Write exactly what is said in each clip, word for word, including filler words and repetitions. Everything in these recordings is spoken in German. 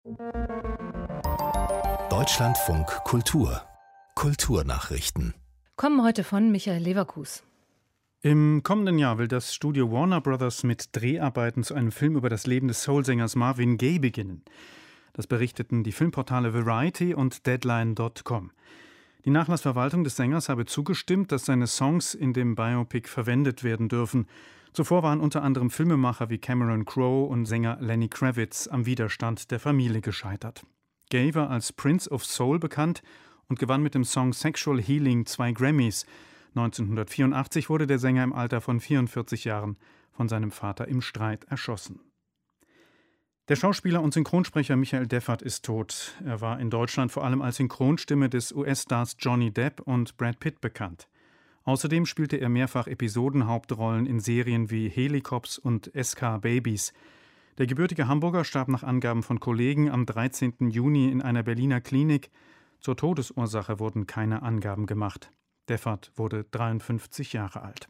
Deutschlandfunk Kultur Kulturnachrichten. Kommen heute von Michael Leverkus. Im kommenden Jahr will das Studio Warner Brothers mit Dreharbeiten zu einem Film über das Leben des Soulsängers Marvin Gaye beginnen. Das berichteten die Filmportale Variety und Deadline Punkt com. Die Nachlassverwaltung des Sängers habe zugestimmt, dass seine Songs in dem Biopic verwendet werden dürfen. Zuvor waren unter anderem Filmemacher wie Cameron Crowe und Sänger Lenny Kravitz am Widerstand der Familie gescheitert. Gaye war als Prince of Soul bekannt und gewann mit dem Song Sexual Healing zwei Grammys. neunzehnhundertvierundachtzig wurde der Sänger im Alter von vierundvierzig Jahren von seinem Vater im Streit erschossen. Der Schauspieler und Synchronsprecher Michael Deffert ist tot. Er war in Deutschland vor allem als Synchronstimme des U S-Stars Johnny Depp und Brad Pitt bekannt. Außerdem spielte er mehrfach Episodenhauptrollen in Serien wie Helicopters und S K Babies. Der gebürtige Hamburger starb nach Angaben von Kollegen am dreizehnten Juni in einer Berliner Klinik. Zur Todesursache wurden keine Angaben gemacht. Deffert wurde dreiundfünfzig Jahre alt.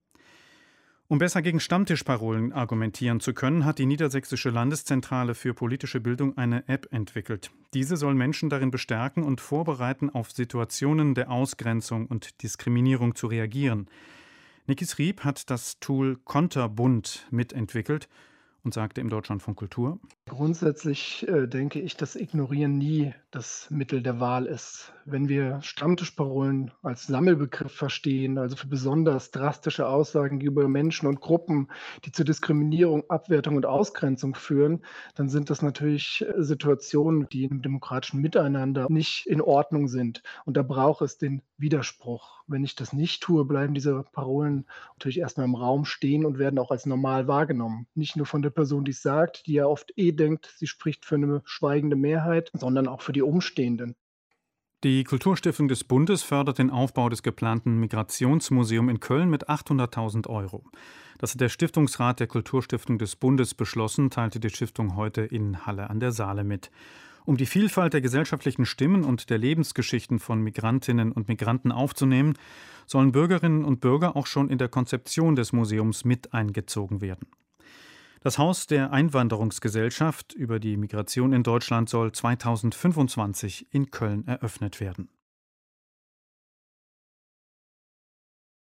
Um besser gegen Stammtischparolen argumentieren zu können, hat die Niedersächsische Landeszentrale für politische Bildung eine App entwickelt. Diese soll Menschen darin bestärken und vorbereiten, auf Situationen der Ausgrenzung und Diskriminierung zu reagieren. Nikis Rieb hat das Tool Konterbund mitentwickelt und sagte im Deutschlandfunk Kultur: Grundsätzlich äh, denke ich, dass Ignorieren nie das Mittel der Wahl ist. Wenn wir Stammtischparolen als Sammelbegriff verstehen, also für besonders drastische Aussagen gegenüber Menschen und Gruppen, die zur Diskriminierung, Abwertung und Ausgrenzung führen, dann sind das natürlich äh, Situationen, die im demokratischen Miteinander nicht in Ordnung sind. Und da braucht es den Widerspruch. Wenn ich das nicht tue, bleiben diese Parolen natürlich erstmal im Raum stehen und werden auch als normal wahrgenommen. Nicht nur von der Person, die es sagt, die ja oft eh denkt, sie spricht für eine schweigende Mehrheit, sondern auch für die Umstehenden. Die Kulturstiftung des Bundes fördert den Aufbau des geplanten Migrationsmuseums in Köln mit achthunderttausend Euro. Das hat der Stiftungsrat der Kulturstiftung des Bundes beschlossen, teilte die Stiftung heute in Halle an der Saale mit. Um die Vielfalt der gesellschaftlichen Stimmen und der Lebensgeschichten von Migrantinnen und Migranten aufzunehmen, sollen Bürgerinnen und Bürger auch schon in der Konzeption des Museums mit eingezogen werden. Das Haus der Einwanderungsgesellschaft über die Migration in Deutschland soll zweitausendfünfundzwanzig in Köln eröffnet werden.